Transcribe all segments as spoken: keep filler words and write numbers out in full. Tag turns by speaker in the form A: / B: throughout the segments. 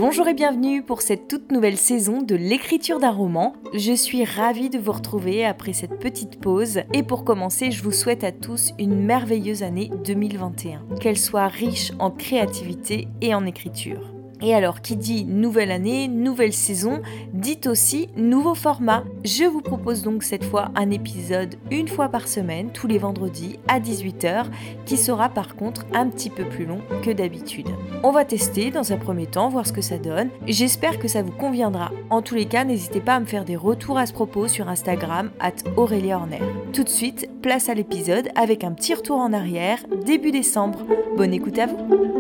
A: Bonjour et bienvenue pour cette toute nouvelle saison de l'écriture d'un roman. Je suis ravie de vous retrouver après cette petite pause et pour commencer, je vous souhaite à tous une merveilleuse année deux mille vingt et un, qu'elle soit riche en créativité et en écriture. Et alors, qui dit nouvelle année, nouvelle saison, dit aussi nouveau format. Je vous propose donc cette fois un épisode une fois par semaine, tous les vendredis à dix-huit heures, qui sera par contre un petit peu plus long que d'habitude. On va tester dans un premier temps, voir ce que ça donne. J'espère que ça vous conviendra. En tous les cas, n'hésitez pas à me faire des retours à ce propos sur Instagram, arobase Aurélia Horner. Tout de suite, place à l'épisode avec un petit retour en arrière, début décembre. Bonne écoute à vous.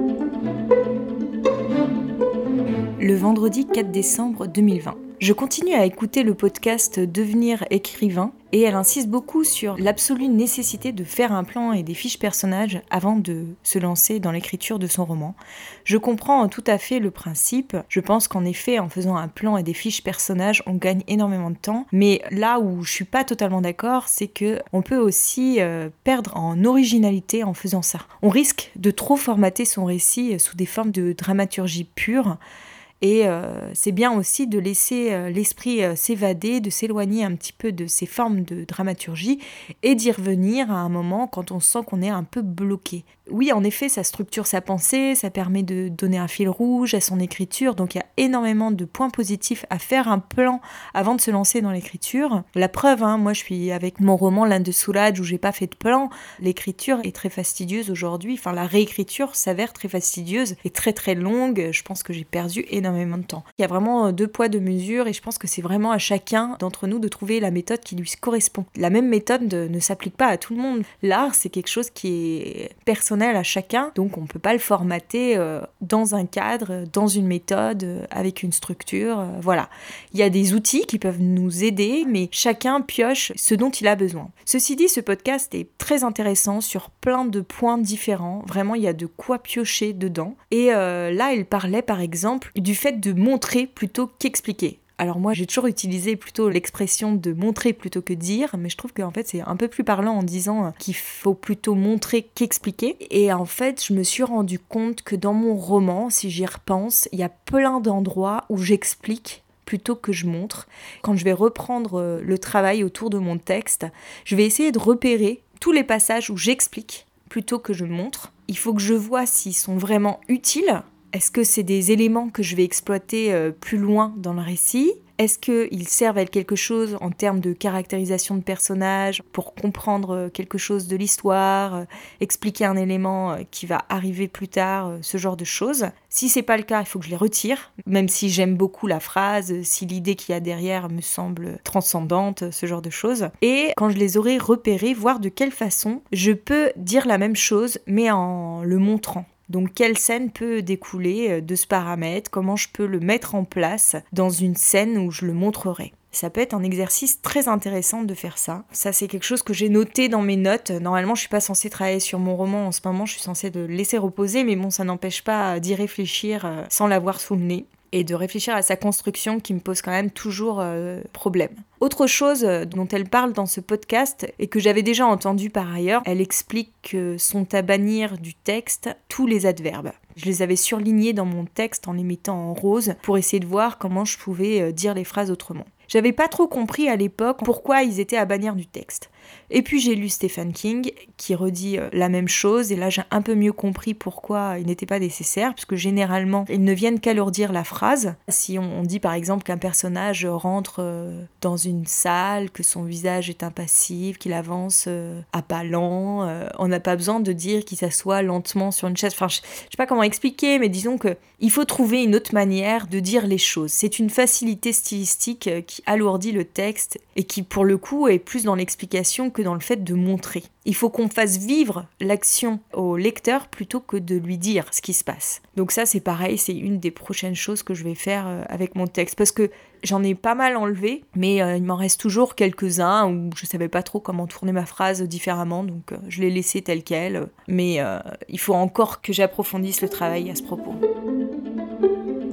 A: Le vendredi quatre décembre deux mille vingt. Je continue à écouter le podcast Devenir écrivain et elle insiste beaucoup sur l'absolue nécessité de faire un plan et des fiches personnages avant de se lancer dans l'écriture de son roman. Je comprends tout à fait le principe. Je pense qu'en effet, en faisant un plan et des fiches personnages, on gagne énormément de temps. Mais là où je suis pas totalement d'accord, c'est que on peut aussi euh, perdre en originalité en faisant ça. On risque de trop formater son récit sous des formes de dramaturgie pure. Et euh, c'est bien aussi de laisser euh, l'esprit euh, s'évader, de s'éloigner un petit peu de ces formes de dramaturgie et d'y revenir à un moment quand on sent qu'on est un peu bloqué. Oui, en effet, ça structure sa pensée, ça permet de donner un fil rouge à son écriture, donc il y a énormément de points positifs à faire un plan avant de se lancer dans l'écriture. La preuve, hein, moi je suis avec mon roman L'Inde de Soulage où j'ai pas fait de plan, l'écriture est très fastidieuse aujourd'hui, enfin la réécriture s'avère très fastidieuse et très très longue, je pense que j'ai perdu énormément de temps. Il y a vraiment deux poids, deux mesures et je pense que c'est vraiment à chacun d'entre nous de trouver la méthode qui lui correspond. La même méthode ne s'applique pas à tout le monde. L'art, c'est quelque chose qui est personnel à chacun, donc on peut pas le formater euh, dans un cadre, dans une méthode, euh, avec une structure, euh, voilà. Il y a des outils qui peuvent nous aider, mais chacun pioche ce dont il a besoin. Ceci dit, ce podcast est très intéressant sur plein de points différents, vraiment il y a de quoi piocher dedans. Et euh, là, il parlait par exemple du fait de montrer plutôt qu'expliquer. Alors moi, j'ai toujours utilisé plutôt l'expression de montrer plutôt que dire, mais je trouve qu'en fait, c'est un peu plus parlant en disant qu'il faut plutôt montrer qu'expliquer. Et en fait, je me suis rendu compte que dans mon roman, si j'y repense, il y a plein d'endroits où j'explique plutôt que je montre. Quand je vais reprendre le travail autour de mon texte, je vais essayer de repérer tous les passages où j'explique plutôt que je montre. Il faut que je vois s'ils sont vraiment utiles. Est-ce que c'est des éléments que je vais exploiter euh, plus loin dans le récit ? Est-ce qu'ils servent à quelque chose en termes de caractérisation de personnage, pour comprendre quelque chose de l'histoire, euh, expliquer un élément euh, qui va arriver plus tard, euh, ce genre de choses ? Si c'est pas le cas, il faut que je les retire, même si j'aime beaucoup la phrase, si l'idée qu'il y a derrière me semble transcendante, ce genre de choses. Et quand je les aurai repérés, voir de quelle façon je peux dire la même chose, mais en le montrant. Donc quelle scène peut découler de ce paramètre, comment je peux le mettre en place dans une scène où je le montrerai. Ça peut être un exercice très intéressant de faire ça. Ça, c'est quelque chose que j'ai noté dans mes notes. Normalement, je suis pas censée travailler sur mon roman en ce moment, je suis censée le laisser reposer, mais bon, ça n'empêche pas d'y réfléchir sans l'avoir sous le nez et de réfléchir à sa construction qui me pose quand même toujours euh, problème. Autre chose dont elle parle dans ce podcast et que j'avais déjà entendu par ailleurs, elle explique que sont à bannir du texte tous les adverbes. Je les avais surlignés dans mon texte en les mettant en rose pour essayer de voir comment je pouvais dire les phrases autrement. J'avais pas trop compris à l'époque pourquoi ils étaient à bannir du texte. Et puis j'ai lu Stephen King qui redit la même chose et là j'ai un peu mieux compris pourquoi il n'était pas nécessaire puisque généralement ils ne viennent qu'alourdir la phrase. Si on dit par exemple qu'un personnage rentre dans une salle, que son visage est impassif, qu'il avance à pas lents, on n'a pas besoin de dire qu'il s'assoit lentement sur une chaise. Enfin, je, je sais pas comment expliquer, mais disons que il faut trouver une autre manière de dire les choses. C'est une facilité stylistique qui alourdit le texte et qui pour le coup est plus dans l'explication que dans le fait de montrer. Il faut qu'on fasse vivre l'action au lecteur plutôt que de lui dire ce qui se passe. Donc ça c'est pareil, c'est une des prochaines choses que je vais faire avec mon texte parce que j'en ai pas mal enlevé, mais euh, il m'en reste toujours quelques-uns où je savais pas trop comment tourner ma phrase différemment, donc euh, je l'ai laissé telle quelle. Mais euh, il faut encore que j'approfondisse le travail à ce propos.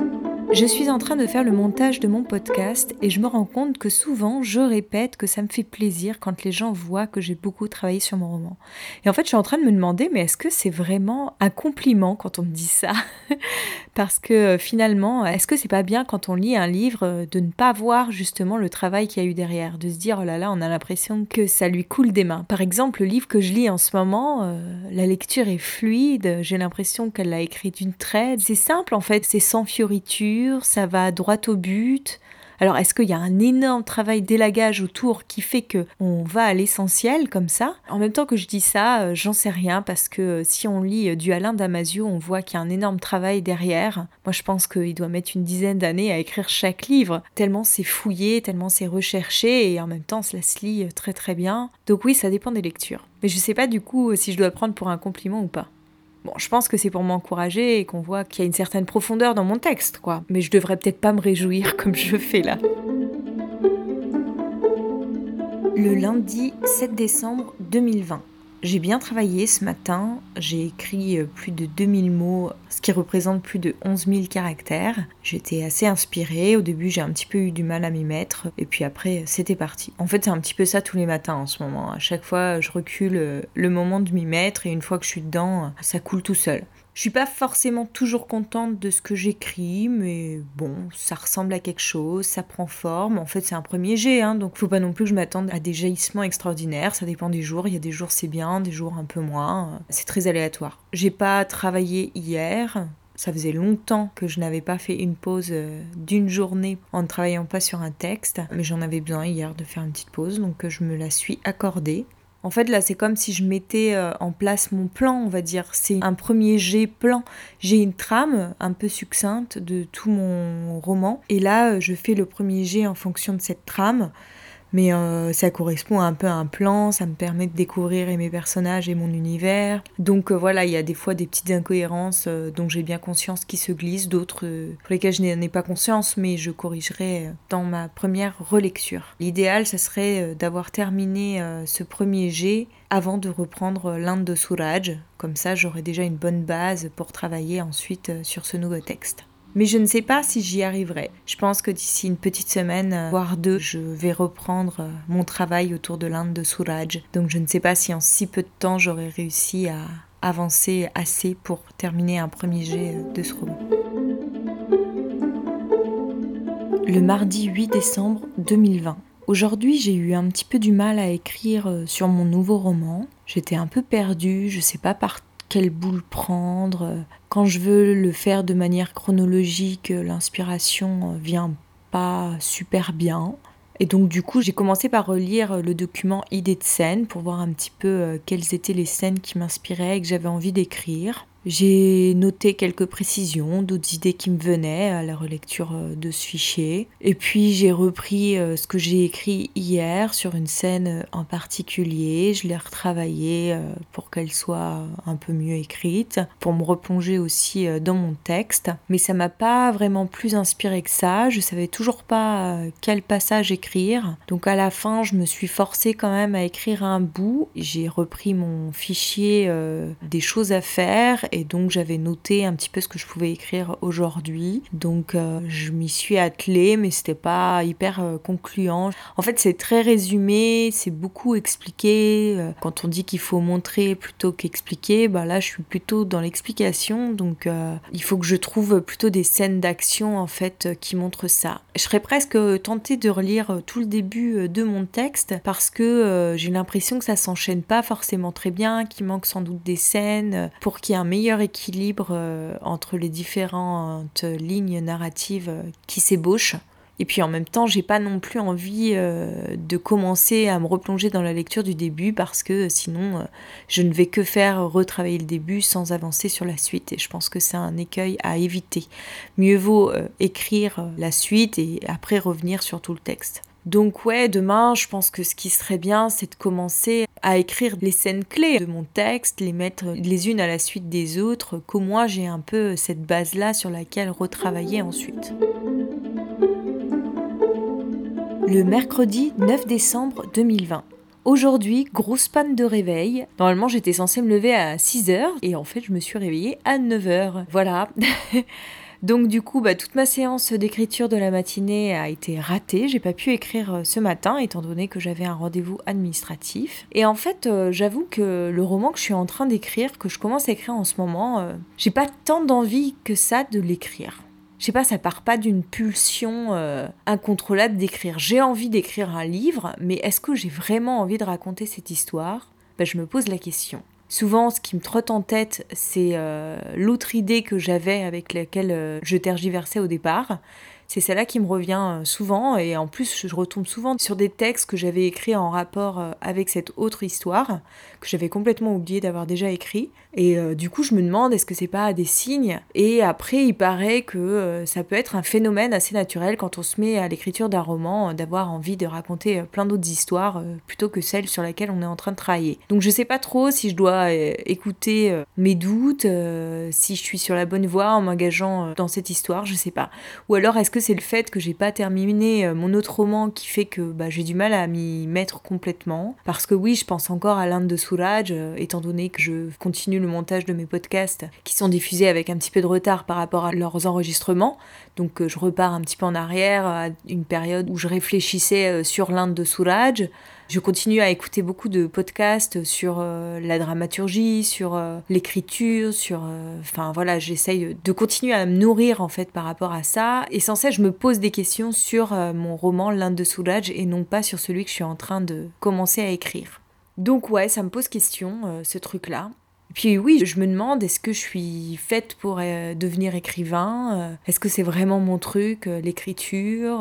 A: Je suis en train de faire le montage de mon podcast et je me rends compte que souvent je répète que ça me fait plaisir quand les gens voient que j'ai beaucoup travaillé sur mon roman. Et en fait, je suis en train de me demander, mais est-ce que c'est vraiment un compliment quand on me dit ça ? Parce que euh, finalement, est-ce que c'est pas bien quand on lit un livre euh, de ne pas voir justement le travail qu'il y a eu derrière, de se dire oh là là, on a l'impression que ça lui coule des mains. Par exemple, le livre que je lis en ce moment, euh, la lecture est fluide, j'ai l'impression qu'elle l'a écrit d'une traite. C'est simple en fait, c'est sans fioritures. Ça va droit au but. Alors, est-ce qu'il y a un énorme travail d'élagage autour qui fait qu'on va à l'essentiel comme ça ? En même temps que je dis ça, euh, j'en sais rien parce que si on lit du Alain Damasio, on voit qu'il y a un énorme travail derrière. Moi, je pense qu'il doit mettre une dizaine d'années à écrire chaque livre, tellement c'est fouillé, tellement c'est recherché et en même temps, cela se lit très très bien. Donc oui, ça dépend des lectures. Mais je sais pas du coup si je dois le prendre pour un compliment ou pas. Bon, je pense que c'est pour m'encourager et qu'on voit qu'il y a une certaine profondeur dans mon texte, quoi. Mais je devrais peut-être pas me réjouir comme je fais là. Le lundi sept décembre deux mille vingt. J'ai bien travaillé ce matin, j'ai écrit plus de deux mille mots, ce qui représente plus de onze mille caractères. J'étais assez inspirée, au début j'ai un petit peu eu du mal à m'y mettre, et puis après c'était parti. En fait c'est un petit peu ça tous les matins en ce moment, à chaque fois je recule le moment de m'y mettre, et une fois que je suis dedans, ça coule tout seul. Je suis pas forcément toujours contente de ce que j'écris, mais bon, ça ressemble à quelque chose, ça prend forme. En fait, c'est un premier jet, hein, donc faut pas non plus que je m'attende à des jaillissements extraordinaires. Ça dépend des jours. Il y a des jours c'est bien, des jours un peu moins. C'est très aléatoire. J'ai pas travaillé hier. Ça faisait longtemps que je n'avais pas fait une pause d'une journée en ne travaillant pas sur un texte, mais j'en avais besoin hier de faire une petite pause, donc je me la suis accordée. En fait, là, c'est comme si je mettais en place mon plan, on va dire. C'est un premier jet plan. J'ai une trame un peu succincte de tout mon roman. Et là, je fais le premier jet en fonction de cette trame. Mais euh, ça correspond un peu à un plan, ça me permet de découvrir mes personnages et mon univers. Donc euh, voilà, il y a des fois des petites incohérences euh, dont j'ai bien conscience qui se glissent, d'autres euh, pour lesquelles je n'ai pas conscience, mais je corrigerai dans ma première relecture. L'idéal, ça serait euh, d'avoir terminé euh, ce premier jet avant de reprendre l'Inde de Suraj. Comme ça, j'aurai déjà une bonne base pour travailler ensuite euh, sur ce nouveau texte. Mais je ne sais pas si j'y arriverai. Je pense que d'ici une petite semaine, voire deux, je vais reprendre mon travail autour de l'Inde de Suraj. Donc je ne sais pas si en si peu de temps, j'aurai réussi à avancer assez pour terminer un premier jet de ce roman. Le mardi huit décembre deux mille vingt. Aujourd'hui, j'ai eu un petit peu du mal à écrire sur mon nouveau roman. J'étais un peu perdue, je ne sais pas par quelle boule prendre. Quand je veux le faire de manière chronologique, l'inspiration vient pas super bien. Et donc du coup, j'ai commencé par relire le document idées de scène pour voir un petit peu quelles étaient les scènes qui m'inspiraient et que j'avais envie d'écrire. J'ai noté quelques précisions, d'autres idées qui me venaient à la relecture de ce fichier. Et puis j'ai repris ce que j'ai écrit hier sur une scène en particulier. Je l'ai retravaillée pour qu'elle soit un peu mieux écrite, pour me replonger aussi dans mon texte. Mais ça m'a pas vraiment plus inspiré que ça. Je savais toujours pas quel passage écrire. Donc à la fin, je me suis forcée quand même à écrire un bout. J'ai repris mon fichier euh, des choses à faire. Et donc j'avais noté un petit peu ce que je pouvais écrire aujourd'hui. Donc euh, je m'y suis attelée, mais c'était pas hyper euh, concluant. En fait, c'est très résumé, c'est beaucoup expliqué. Euh, quand on dit qu'il faut montrer plutôt qu'expliquer, bah là je suis plutôt dans l'explication. Donc euh, il faut que je trouve plutôt des scènes d'action en fait euh, qui montrent ça. Je serais presque tentée de relire tout le début de mon texte parce que euh, j'ai l'impression que ça s'enchaîne pas forcément très bien, qu'il manque sans doute des scènes pour qu'il y ait un meilleur équilibre euh, entre les différentes lignes narratives euh, qui s'ébauchent. Et puis en même temps, j'ai pas non plus envie euh, de commencer à me replonger dans la lecture du début parce que sinon, euh, je ne vais que faire retravailler le début sans avancer sur la suite. Et je pense que c'est un écueil à éviter. Mieux vaut euh, écrire la suite et après revenir sur tout le texte. Donc ouais, demain, je pense que ce qui serait bien, c'est de commencer à écrire les scènes clés de mon texte, les mettre les unes à la suite des autres, qu'au moins j'ai un peu cette base-là sur laquelle retravailler ensuite. Le mercredi neuf décembre deux mille vingt. Aujourd'hui, grosse panne de réveil. Normalement, j'étais censée me lever à six heures et en fait, je me suis réveillée à neuf heures. Voilà. Donc du coup, bah, toute ma séance d'écriture de la matinée a été ratée. J'ai pas pu écrire ce matin, étant donné que j'avais un rendez-vous administratif. Et en fait, euh, j'avoue que le roman que je suis en train d'écrire, que je commence à écrire en ce moment, euh, j'ai pas tant d'envie que ça de l'écrire. Je sais pas, ça part pas d'une pulsion euh, incontrôlable d'écrire. J'ai envie d'écrire un livre, mais est-ce que j'ai vraiment envie de raconter cette histoire ? Ben, je me pose la question. Souvent, ce qui me trotte en tête, c'est euh, l'autre idée que j'avais avec laquelle euh, je tergiversais au départ. C'est celle-là qui me revient souvent, et en plus, je retombe souvent sur des textes que j'avais écrits en rapport avec cette autre histoire, que j'avais complètement oublié d'avoir déjà écrit. Et euh, du coup, je me demande, est-ce que c'est pas des signes ? Et après, il paraît que euh, ça peut être un phénomène assez naturel quand on se met à l'écriture d'un roman, euh, d'avoir envie de raconter plein d'autres histoires, euh, plutôt que celle sur laquelle on est en train de travailler. Donc je sais pas trop si je dois euh, écouter euh, mes doutes, euh, si je suis sur la bonne voie en m'engageant euh, dans cette histoire, je sais pas. Ou alors, est-ce que c'est le fait que j'ai pas terminé euh, mon autre roman qui fait que bah, j'ai du mal à m'y mettre complètement ? Parce que oui, je pense encore à l'Inde de Suraj, euh, étant donné que je continue le montage de mes podcasts qui sont diffusés avec un petit peu de retard par rapport à leurs enregistrements. Donc euh, je repars un petit peu en arrière à une période où je réfléchissais euh, sur l'Inde de Suraj. Je continue à écouter beaucoup de podcasts sur euh, la dramaturgie, sur euh, l'écriture, sur... Enfin euh, voilà, j'essaye de continuer à me nourrir en fait par rapport à ça. Et sans cesse, je me pose des questions sur euh, mon roman l'Inde de Suraj et non pas sur celui que je suis en train de commencer à écrire. Donc ouais, ça me pose question, euh, ce truc-là. Et puis oui, je me demande, est-ce que je suis faite pour euh, devenir écrivain ? euh, Est-ce que c'est vraiment mon truc, euh, l'écriture ?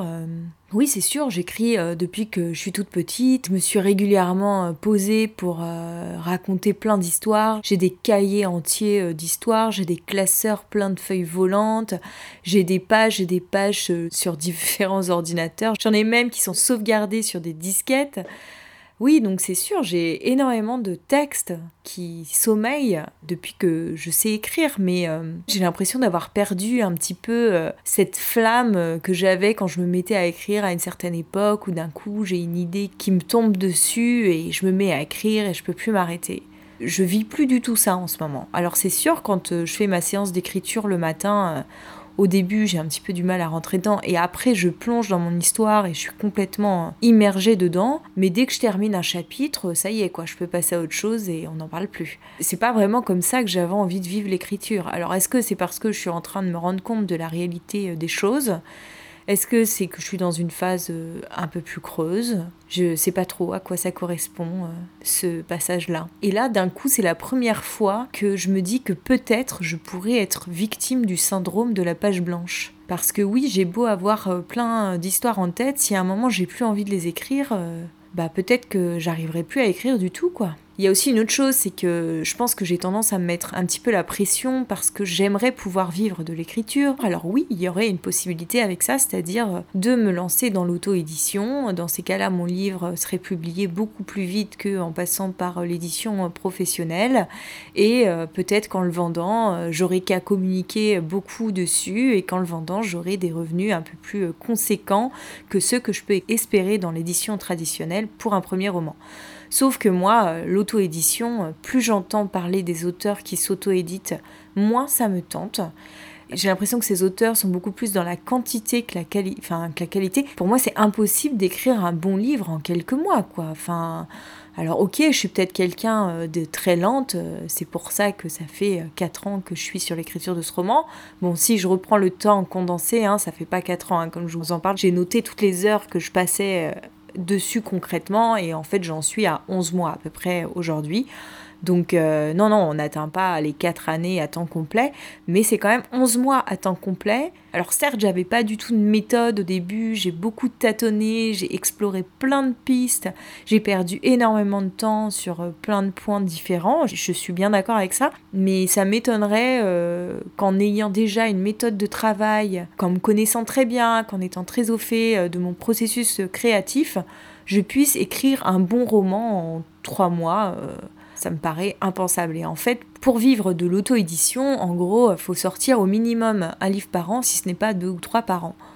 A: euh... Oui, c'est sûr, j'écris euh, depuis que je suis toute petite. Je me suis régulièrement euh, posée pour euh, raconter plein d'histoires. J'ai des cahiers entiers euh, d'histoires, j'ai des classeurs pleins de feuilles volantes, j'ai des pages et des pages euh, sur différents ordinateurs. J'en ai même qui sont sauvegardés sur des disquettes. Oui, donc c'est sûr, j'ai énormément de textes qui sommeillent depuis que je sais écrire, mais euh, j'ai l'impression d'avoir perdu un petit peu euh, cette flamme que j'avais quand je me mettais à écrire à une certaine époque, où d'un coup j'ai une idée qui me tombe dessus et je me mets à écrire et je peux plus m'arrêter. Je vis plus du tout ça en ce moment. Alors c'est sûr, quand euh, je fais ma séance d'écriture le matin... Euh, Au début, j'ai un petit peu du mal à rentrer dedans et après, je plonge dans mon histoire et je suis complètement immergée dedans. Mais dès que je termine un chapitre, ça y est, quoi, je peux passer à autre chose et on n'en parle plus. C'est pas vraiment comme ça que j'avais envie de vivre l'écriture. Alors, est-ce que c'est parce que je suis en train de me rendre compte de la réalité des choses ? Est-ce que c'est que je suis dans une phase un peu plus creuse ? Je sais pas trop à quoi ça correspond, ce passage-là. Et là, d'un coup, c'est la première fois que je me dis que peut-être je pourrais être victime du syndrome de la page blanche. Parce que oui, j'ai beau avoir plein d'histoires en tête, si à un moment j'ai plus envie de les écrire, bah peut-être que j'arriverai plus à écrire du tout, quoi. Il y a aussi une autre chose, c'est que je pense que j'ai tendance à me mettre un petit peu la pression parce que j'aimerais pouvoir vivre de l'écriture. Alors oui, il y aurait une possibilité avec ça, c'est-à-dire de me lancer dans l'auto-édition. Dans ces cas-là, mon livre serait publié beaucoup plus vite qu'en passant par l'édition professionnelle. Et euh, peut-être qu'en le vendant, euh, j'aurais qu'à communiquer beaucoup dessus et qu'en le vendant, j'aurais des revenus un peu plus conséquents que ceux que je peux espérer dans l'édition traditionnelle pour un premier roman. Sauf que moi, l'auto-édition, plus j'entends parler des auteurs qui s'auto-éditent, moins ça me tente. J'ai l'impression que ces auteurs sont beaucoup plus dans la quantité que la, quali- enfin, que la qualité. Pour moi, c'est impossible d'écrire un bon livre en quelques mois, quoi. Enfin, alors ok, je suis peut-être quelqu'un de très lente, c'est pour ça que ça fait quatre ans que je suis sur l'écriture de ce roman. Bon, si je reprends le temps condensé, hein, ça fait pas quatre ans, hein, comme je vous en parle. J'ai noté toutes les heures que je passais... Euh, dessus concrètement et en fait j'en suis à onze mois à peu près aujourd'hui. Donc euh, non, non, on n'atteint pas les quatre années à temps complet, mais c'est quand même onze mois à temps complet. Alors certes, j'avais pas du tout de méthode au début, j'ai beaucoup tâtonné, j'ai exploré plein de pistes, j'ai perdu énormément de temps sur plein de points différents, je suis bien d'accord avec ça, mais ça m'étonnerait euh, qu'en ayant déjà une méthode de travail, qu'en me connaissant très bien, qu'en étant très au fait de mon processus créatif, je puisse écrire un bon roman en trois mois. Euh, Ça me paraît impensable. Et en fait, pour vivre de l'auto-édition, en gros, il faut sortir au minimum un livre par an, si ce n'est pas deux ou trois par an.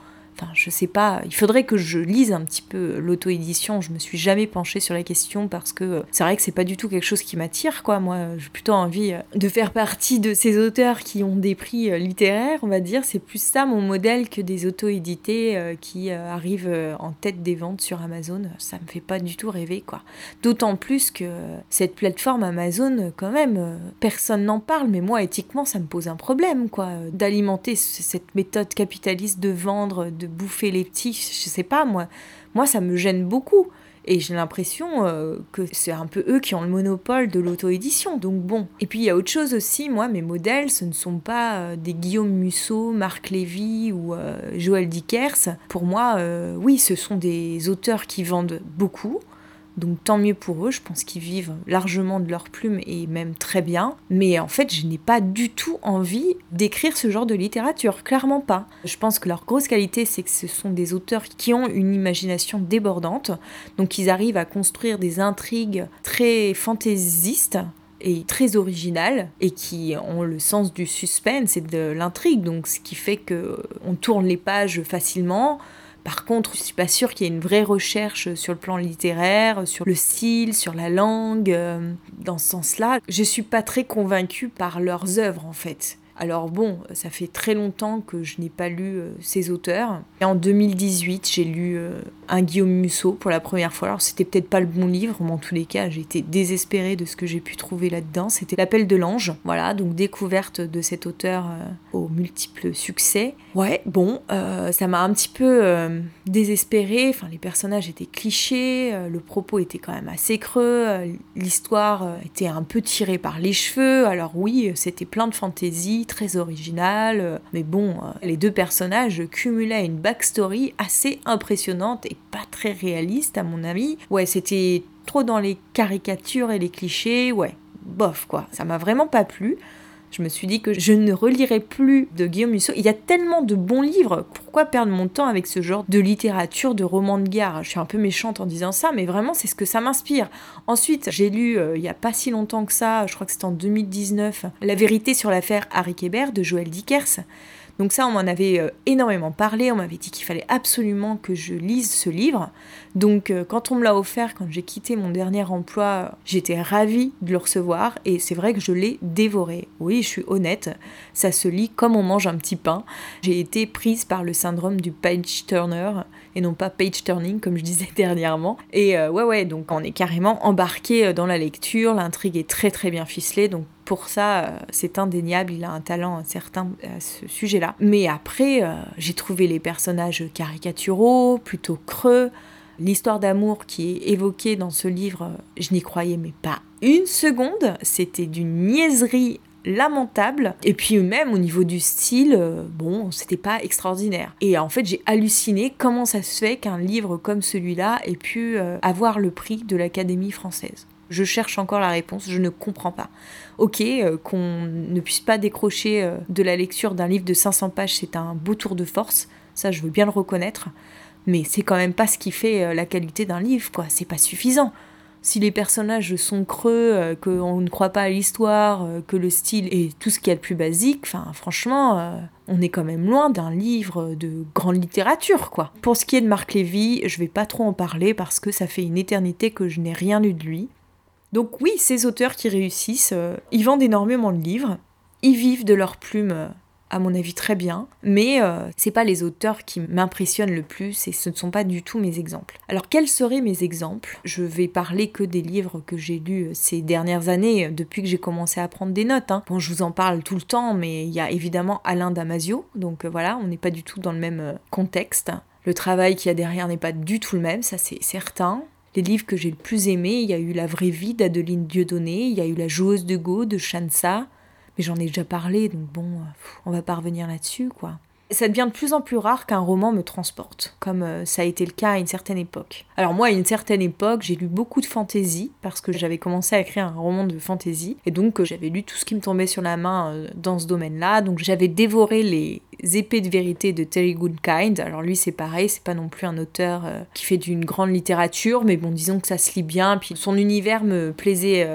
A: Enfin, je sais pas, il faudrait que je lise un petit peu l'auto-édition. Je me suis jamais penchée sur la question parce que c'est vrai que c'est pas du tout quelque chose qui m'attire, quoi. Moi, j'ai plutôt envie de faire partie de ces auteurs qui ont des prix littéraires, on va dire. C'est plus ça mon modèle que des auto-édités qui arrivent en tête des ventes sur Amazon. Ça me fait pas du tout rêver, quoi. D'autant plus que cette plateforme Amazon, quand même, personne n'en parle, mais moi, éthiquement, ça me pose un problème, quoi. D'alimenter cette méthode capitaliste de vendre, de bouffer les petits, je sais pas, moi, moi ça me gêne beaucoup. Et j'ai l'impression euh, que c'est un peu eux qui ont le monopole de l'auto-édition, donc bon. Et puis il y a autre chose aussi, moi, mes modèles, ce ne sont pas euh, des Guillaume Musso, Marc Lévy ou euh, Joël Dickers. Pour moi, euh, oui, ce sont des auteurs qui vendent beaucoup, donc tant mieux pour eux, je pense qu'ils vivent largement de leur plume et même très bien. Mais en fait, je n'ai pas du tout envie d'écrire ce genre de littérature, clairement pas. Je pense que leur grosse qualité, c'est que ce sont des auteurs qui ont une imagination débordante, donc ils arrivent à construire des intrigues très fantaisistes et très originales, et qui ont le sens du suspense et de l'intrigue, donc ce qui fait qu'on tourne les pages facilement. Par contre, je suis pas sûre qu'il y ait une vraie recherche sur le plan littéraire, sur le style, sur la langue. Dans ce sens-là, je suis pas très convaincue par leurs œuvres, en fait. Alors bon, ça fait très longtemps que je n'ai pas lu euh, ces auteurs. Et en deux mille dix-huit, j'ai lu euh, un Guillaume Musso pour la première fois. Alors c'était peut-être pas le bon livre, mais en tous les cas, j'ai été désespérée de ce que j'ai pu trouver là-dedans. C'était L'Appel de l'Ange. Voilà, donc découverte de cet auteur euh, aux multiples succès. Ouais, bon, euh, ça m'a un petit peu euh, désespérée. Enfin, les personnages étaient clichés, euh, le propos était quand même assez creux, euh, l'histoire euh, était un peu tirée par les cheveux. Alors oui, c'était plein de fantaisie, très original, mais bon, les deux personnages cumulaient une backstory assez impressionnante et pas très réaliste à mon avis. Ouais, c'était trop dans les caricatures et les clichés, ouais, bof quoi, ça m'a vraiment pas plu. Je me suis dit que je ne relirai plus de Guillaume Musso. Il y a tellement de bons livres, pourquoi perdre mon temps avec ce genre de littérature, de romans de gare ? Je suis un peu méchante en disant ça, mais vraiment c'est ce que ça m'inspire. Ensuite, j'ai lu, euh, il n'y a pas si longtemps que ça, je crois que c'était en deux mille dix-neuf, La vérité sur l'affaire Harry Kéber de Joël Dickers. Donc ça, on m'en avait euh, énormément parlé, on m'avait dit qu'il fallait absolument que je lise ce livre. Donc euh, quand on me l'a offert, quand j'ai quitté mon dernier emploi, j'étais ravie de le recevoir et c'est vrai que je l'ai dévoré. Oui, je suis honnête, ça se lit comme on mange un petit pain. J'ai été prise par le syndrome du page turner et non pas page turning comme je disais dernièrement. Et euh, ouais ouais, donc on est carrément embarqué dans la lecture, l'intrigue est très très bien ficelée, donc pour ça, c'est indéniable, il a un talent certain à ce sujet-là. Mais après, euh, j'ai trouvé les personnages caricaturaux, plutôt creux. L'histoire d'amour qui est évoquée dans ce livre, je n'y croyais mais pas une seconde. C'était d'une niaiserie lamentable. Et puis même au niveau du style, euh, bon, c'était pas extraordinaire. Et en fait, j'ai halluciné comment ça se fait qu'un livre comme celui-là ait pu euh, avoir le prix de l'Académie française. Je cherche encore la réponse, je ne comprends pas. Ok, euh, qu'on ne puisse pas décrocher euh, de la lecture d'un livre de cinq cents pages, c'est un beau tour de force, ça je veux bien le reconnaître, mais c'est quand même pas ce qui fait euh, la qualité d'un livre, quoi. C'est pas suffisant. Si les personnages sont creux, euh, qu'on ne croit pas à l'histoire, euh, que le style est tout ce qu'il y a de plus basique, enfin franchement, euh, on est quand même loin d'un livre de grande littérature, quoi. Pour ce qui est de Marc Lévy, je vais pas trop en parler parce que ça fait une éternité que je n'ai rien lu de lui. Donc oui, ces auteurs qui réussissent, euh, ils vendent énormément de livres, ils vivent de leur plume, euh, à mon avis très bien, mais euh, c'est pas les auteurs qui m'impressionnent le plus et ce ne sont pas du tout mes exemples. Alors quels seraient mes exemples ? Je vais parler que des livres que j'ai lus ces dernières années, depuis que j'ai commencé à prendre des notes. Hein. Bon, je vous en parle tout le temps, mais il y a évidemment Alain Damasio, donc euh, voilà, on n'est pas du tout dans le même euh, contexte. Le travail qu'il y a derrière n'est pas du tout le même, ça c'est certain. Les livres que j'ai le plus aimés, il y a eu La vraie vie d'Adeline Dieudonné, il y a eu La joueuse de Go de Shansa, mais j'en ai déjà parlé, donc bon, on va pas revenir là-dessus, quoi. Ça devient de plus en plus rare qu'un roman me transporte, comme euh, ça a été le cas à une certaine époque. Alors moi, à une certaine époque, j'ai lu beaucoup de fantaisie, parce que j'avais commencé à écrire un roman de fantaisie, et donc euh, j'avais lu tout ce qui me tombait sur la main euh, dans ce domaine-là, donc j'avais dévoré les épées de vérité de Terry Goodkind. Alors lui, c'est pareil, c'est pas non plus un auteur euh, qui fait d'une grande littérature, mais bon, disons que ça se lit bien, puis son univers me plaisait euh,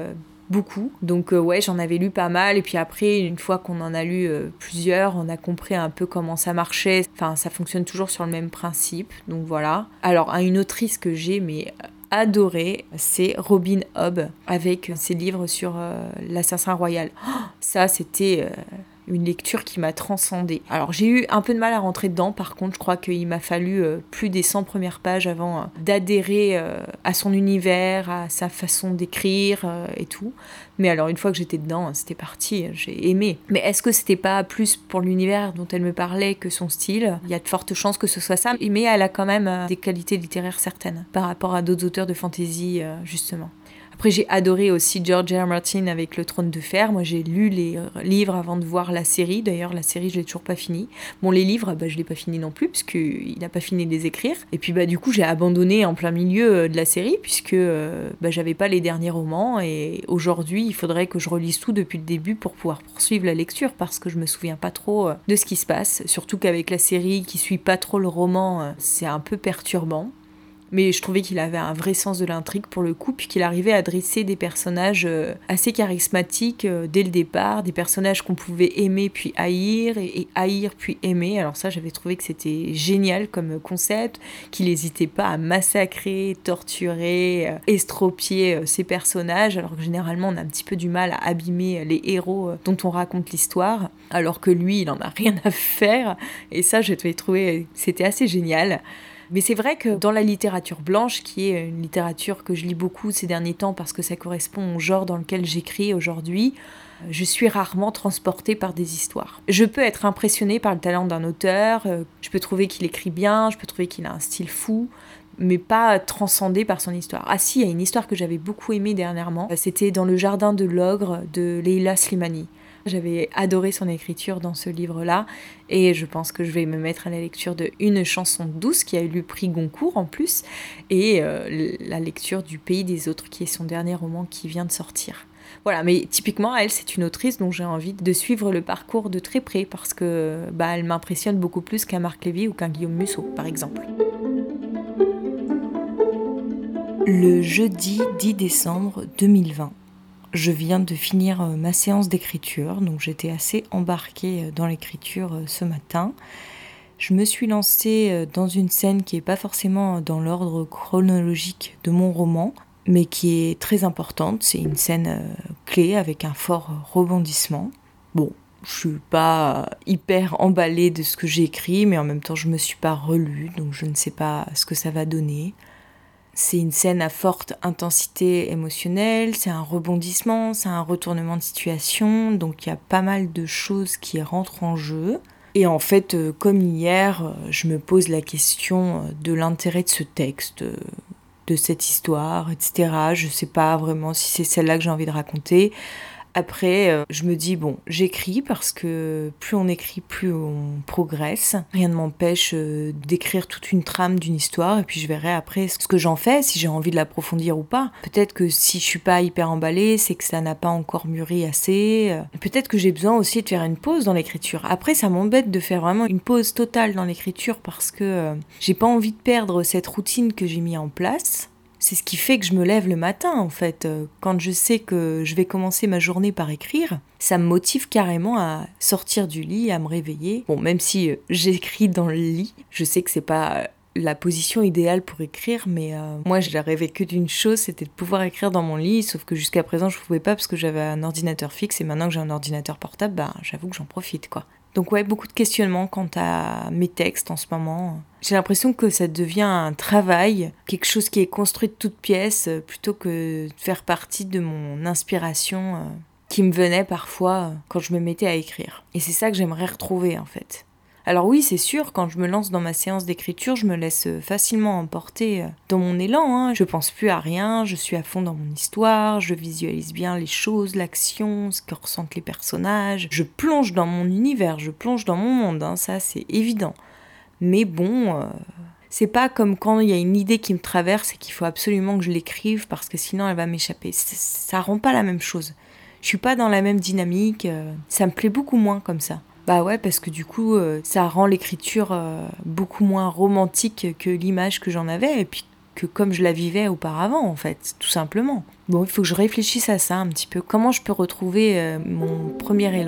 A: beaucoup. Donc euh, ouais, j'en avais lu pas mal. Et puis après, une fois qu'on en a lu euh, plusieurs, on a compris un peu comment ça marchait. Enfin, ça fonctionne toujours sur le même principe. Donc voilà. Alors, une autrice que j'ai, mais adorée, c'est Robin Hobb, avec ses livres sur euh, l'assassin royal. Oh, ça, c'était... Euh, une lecture qui m'a transcendée. Alors j'ai eu un peu de mal à rentrer dedans, par contre je crois qu'il m'a fallu euh, plus des cent premières pages avant euh, d'adhérer euh, à son univers, à sa façon d'écrire euh, et tout. Mais alors une fois que j'étais dedans, c'était parti, j'ai aimé. Mais est-ce que c'était pas plus pour l'univers dont elle me parlait que son style ? Il y a de fortes chances que ce soit ça, mais elle a quand même euh, des qualités littéraires certaines par rapport à d'autres auteurs de fantasy euh, justement. Après, j'ai adoré aussi George R. R. Martin avec Le Trône de Fer. Moi, j'ai lu les livres avant de voir la série. D'ailleurs, la série, je l'ai toujours pas finie. Bon, les livres, bah, je l'ai pas fini non plus, puisqu'il n'a pas fini de les écrire. Et puis, bah, du coup, j'ai abandonné en plein milieu de la série, puisque euh, bah, j'avais pas les derniers romans. Et aujourd'hui, il faudrait que je relise tout depuis le début pour pouvoir poursuivre la lecture, parce que je me souviens pas trop de ce qui se passe. Surtout qu'avec la série qui suit pas trop le roman, c'est un peu perturbant. Mais je trouvais qu'il avait un vrai sens de l'intrigue pour le coup, puis qu'il arrivait à dresser des personnages assez charismatiques dès le départ, des personnages qu'on pouvait aimer puis haïr, et haïr puis aimer. Alors ça, j'avais trouvé que c'était génial comme concept, qu'il n'hésitait pas à massacrer, torturer, estropier ces personnages, alors que généralement on a un petit peu du mal à abîmer les héros dont on raconte l'histoire, alors que lui, il en a rien à faire, et ça, je trouvais c'était assez génial. Mais c'est vrai que dans la littérature blanche, qui est une littérature que je lis beaucoup ces derniers temps parce que ça correspond au genre dans lequel j'écris aujourd'hui, je suis rarement transportée par des histoires. Je peux être impressionnée par le talent d'un auteur, je peux trouver qu'il écrit bien, je peux trouver qu'il a un style fou, mais pas transcendée par son histoire. Ah si, il y a une histoire que j'avais beaucoup aimée dernièrement, c'était Dans le jardin de l'ogre de Leila Slimani. J'avais adoré son écriture dans ce livre-là, et je pense que je vais me mettre à la lecture de Une chanson douce, qui a eu le prix Goncourt en plus, et euh, la lecture du Pays des autres, qui est son dernier roman qui vient de sortir. Voilà, mais typiquement, elle, c'est une autrice dont j'ai envie de suivre le parcours de très près, parce que bah, elle m'impressionne beaucoup plus qu'un Marc Lévy ou qu'un Guillaume Musso, par exemple. Le jeudi dix décembre deux mille vingt. Je viens de finir ma séance d'écriture, donc j'étais assez embarquée dans l'écriture ce matin. Je me suis lancée dans une scène qui n'est pas forcément dans l'ordre chronologique de mon roman, mais qui est très importante. C'est une scène clé avec un fort rebondissement. Bon, je suis pas hyper emballée de ce que j'ai écrit, mais en même temps je me suis pas relue, donc je ne sais pas ce que ça va donner. C'est une scène à forte intensité émotionnelle, c'est un rebondissement, c'est un retournement de situation, donc il y a pas mal de choses qui rentrent en jeu. Et en fait, comme hier, je me pose la question de l'intérêt de ce texte, de cette histoire, et cetera. Je sais pas vraiment si c'est celle-là que j'ai envie de raconter. Après, euh, je me dis, bon, j'écris parce que plus on écrit, plus on progresse. Rien ne m'empêche euh, d'écrire toute une trame d'une histoire, et puis je verrai après ce que j'en fais, si j'ai envie de l'approfondir ou pas. Peut-être que si je suis pas hyper emballée, c'est que ça n'a pas encore mûri assez. Euh, peut-être que j'ai besoin aussi de faire une pause dans l'écriture. Après, ça m'embête de faire vraiment une pause totale dans l'écriture parce que euh, j'ai pas envie de perdre cette routine que j'ai mis en place. C'est ce qui fait que je me lève le matin, en fait. Quand je sais que je vais commencer ma journée par écrire, ça me motive carrément à sortir du lit, à me réveiller. Bon, même si j'écris dans le lit, je sais que c'est pas la position idéale pour écrire, mais euh, moi, je rêvais que d'une chose, c'était de pouvoir écrire dans mon lit, sauf que jusqu'à présent, je pouvais pas parce que j'avais un ordinateur fixe, et maintenant que j'ai un ordinateur portable, bah, j'avoue que j'en profite, quoi. Donc ouais, beaucoup de questionnements quant à mes textes en ce moment. J'ai l'impression que ça devient un travail, quelque chose qui est construit de toutes pièces, plutôt que de faire partie de mon inspiration euh, qui me venait parfois quand je me mettais à écrire. Et c'est ça que j'aimerais retrouver en fait. Alors oui, c'est sûr, quand je me lance dans ma séance d'écriture, je me laisse facilement emporter dans mon élan. Hein. Je pense plus à rien, je suis à fond dans mon histoire, je visualise bien les choses, l'action, ce que ressentent les personnages. Je plonge dans mon univers, je plonge dans mon monde, hein, ça c'est évident. Mais bon, euh, c'est pas comme quand il y a une idée qui me traverse et qu'il faut absolument que je l'écrive parce que sinon elle va m'échapper. C- ça rend pas la même chose. Je suis pas dans la même dynamique, euh, ça me plaît beaucoup moins comme ça. Bah ouais, parce que du coup, euh, ça rend l'écriture euh, beaucoup moins romantique que l'image que j'en avais. Et puis, que comme je la vivais auparavant, en fait, tout simplement. Bon, il faut que je réfléchisse à ça un petit peu. Comment je peux retrouver euh, mon premier élan ?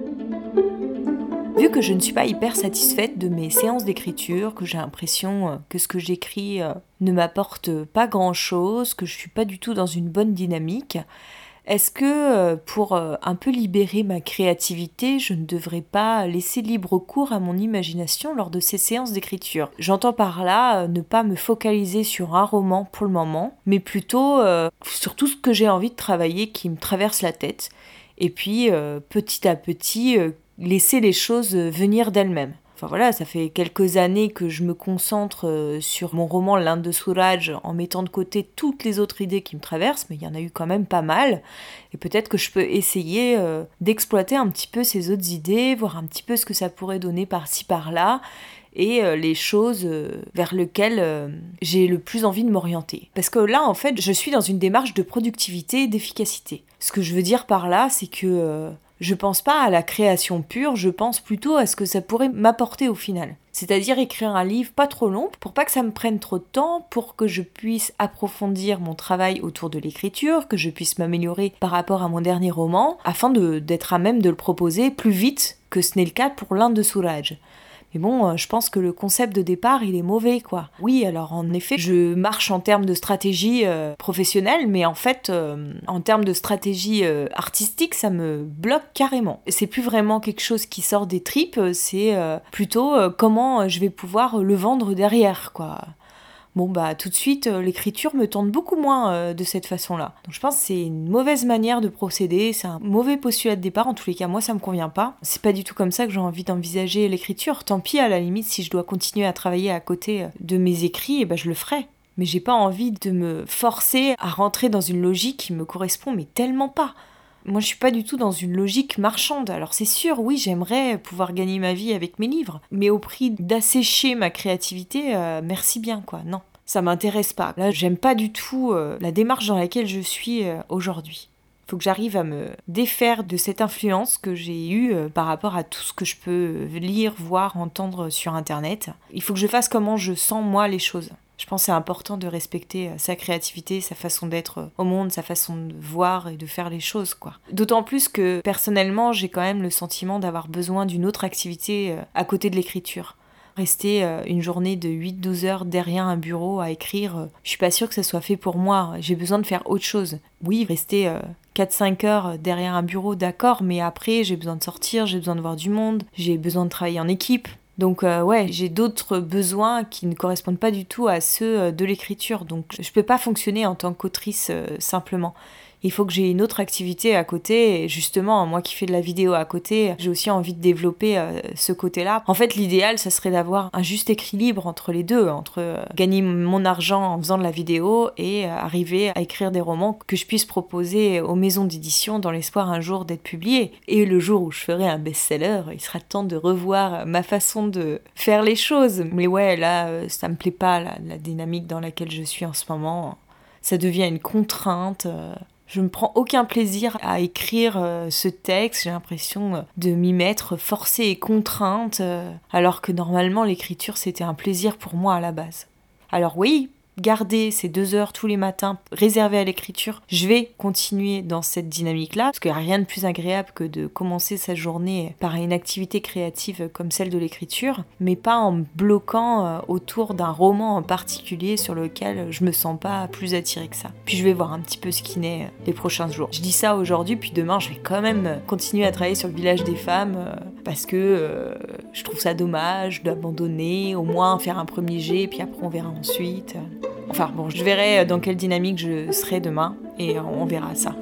A: Vu que je ne suis pas hyper satisfaite de mes séances d'écriture, que j'ai l'impression que ce que j'écris ne m'apporte pas grand-chose, que je ne suis pas du tout dans une bonne dynamique, est-ce que pour un peu libérer ma créativité, je ne devrais pas laisser libre cours à mon imagination lors de ces séances d'écriture ? J'entends par là ne pas me focaliser sur un roman pour le moment, mais plutôt euh, sur tout ce que j'ai envie de travailler qui me traverse la tête. Et puis euh, petit à petit... Euh, laisser les choses venir d'elles-mêmes. Enfin voilà, ça fait quelques années que je me concentre sur mon roman L'Inde de Suraj en mettant de côté toutes les autres idées qui me traversent, mais il y en a eu quand même pas mal. Et peut-être que je peux essayer euh, d'exploiter un petit peu ces autres idées, voir un petit peu ce que ça pourrait donner par-ci par-là, et euh, les choses euh, vers lesquelles euh, j'ai le plus envie de m'orienter. Parce que là, en fait, je suis dans une démarche de productivité et d'efficacité. Ce que je veux dire par là, c'est que... Euh, Je pense pas à la création pure, je pense plutôt à ce que ça pourrait m'apporter au final. C'est-à-dire écrire un livre pas trop long, pour pas que ça me prenne trop de temps, pour que je puisse approfondir mon travail autour de l'écriture, que je puisse m'améliorer par rapport à mon dernier roman, afin de, d'être à même de le proposer plus vite que ce n'est le cas pour l'Inde de Suraj. Mais bon, je pense que le concept de départ, il est mauvais, quoi. Oui, alors en effet, je marche en termes de stratégie euh, professionnelle, mais en fait, euh, en termes de stratégie euh, artistique, ça me bloque carrément. C'est plus vraiment quelque chose qui sort des tripes, c'est euh, plutôt euh, comment je vais pouvoir le vendre derrière, quoi. Bon bah tout de suite, euh, l'écriture me tente beaucoup moins euh, de cette façon-là. Donc je pense que c'est une mauvaise manière de procéder, c'est un mauvais postulat de départ, en tous les cas moi ça me convient pas. C'est pas du tout comme ça que j'ai envie d'envisager l'écriture, tant pis à la limite si je dois continuer à travailler à côté de mes écrits, et ben je le ferai. Mais j'ai pas envie de me forcer à rentrer dans une logique qui me correspond, mais tellement pas. Moi, je suis pas du tout dans une logique marchande. Alors c'est sûr, oui, j'aimerais pouvoir gagner ma vie avec mes livres, mais au prix d'assécher ma créativité, euh, merci bien, quoi. Non, ça m'intéresse pas. Là, j'aime pas du tout euh, la démarche dans laquelle je suis euh, aujourd'hui. Il faut que j'arrive à me défaire de cette influence que j'ai eue euh, par rapport à tout ce que je peux lire, voir, entendre sur Internet. Il faut que je fasse comment je sens, moi, les choses. Je pense que c'est important de respecter sa créativité, sa façon d'être au monde, sa façon de voir et de faire les choses, quoi. D'autant plus que, personnellement, j'ai quand même le sentiment d'avoir besoin d'une autre activité à côté de l'écriture. Rester une journée de huit à douze heures derrière un bureau à écrire, je suis pas sûre que ça soit fait pour moi. J'ai besoin de faire autre chose. Oui, rester quatre à cinq heures derrière un bureau, d'accord, mais après, j'ai besoin de sortir, j'ai besoin de voir du monde, j'ai besoin de travailler en équipe. Donc euh, ouais, j'ai d'autres besoins qui ne correspondent pas du tout à ceux de l'écriture. Donc je peux pas fonctionner en tant qu'autrice euh, simplement. Il faut que j'ai une autre activité à côté. Et justement, moi qui fais de la vidéo à côté, j'ai aussi envie de développer euh, ce côté-là. En fait, l'idéal, ça serait d'avoir un juste équilibre entre les deux, entre euh, gagner mon argent en faisant de la vidéo et euh, arriver à écrire des romans que je puisse proposer aux maisons d'édition dans l'espoir un jour d'être publiés. Et le jour où je ferai un best-seller, il sera temps de revoir ma façon de faire les choses. Mais ouais, là, euh, ça me plaît pas, la, la dynamique dans laquelle je suis en ce moment. Ça devient une contrainte... Euh, Je ne prends aucun plaisir à écrire euh, ce texte, j'ai l'impression euh, de m'y mettre forcée et contrainte, euh, alors que normalement l'écriture c'était un plaisir pour moi à la base. Alors oui, garder ces deux heures tous les matins réservées à l'écriture, je vais continuer dans cette dynamique-là, parce qu'il n'y a rien de plus agréable que de commencer sa journée par une activité créative comme celle de l'écriture, mais pas en me bloquant autour d'un roman en particulier sur lequel je me sens pas plus attirée que ça. Puis je vais voir un petit peu ce qui naît les prochains jours. Je dis ça aujourd'hui, puis demain je vais quand même continuer à travailler sur le village des femmes, parce que euh, je trouve ça dommage d'abandonner, au moins faire un premier jet, puis après on verra ensuite. Enfin bon, je verrai dans quelle dynamique je serai demain et on verra ça.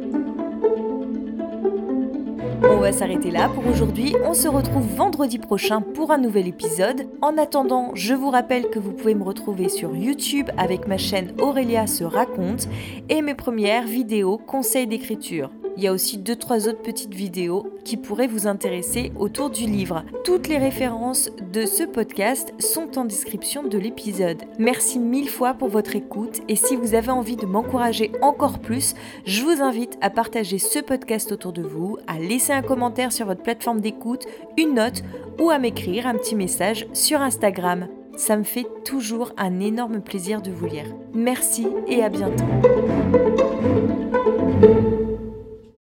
A: On va s'arrêter là pour aujourd'hui. On se retrouve vendredi prochain pour un nouvel épisode. En attendant, je vous rappelle que vous pouvez me retrouver sur YouTube avec ma chaîne Aurélia se raconte et mes premières vidéos conseils d'écriture. Il y a aussi deux trois autres petites vidéos qui pourraient vous intéresser autour du livre. Toutes les références de ce podcast sont en description de l'épisode. Merci mille fois pour votre écoute et si vous avez envie de m'encourager encore plus, je vous invite à partager ce podcast autour de vous, à laisser un commentaire sur votre plateforme d'écoute, une note ou à m'écrire un petit message sur Instagram. Ça me fait toujours un énorme plaisir de vous lire. Merci et à bientôt.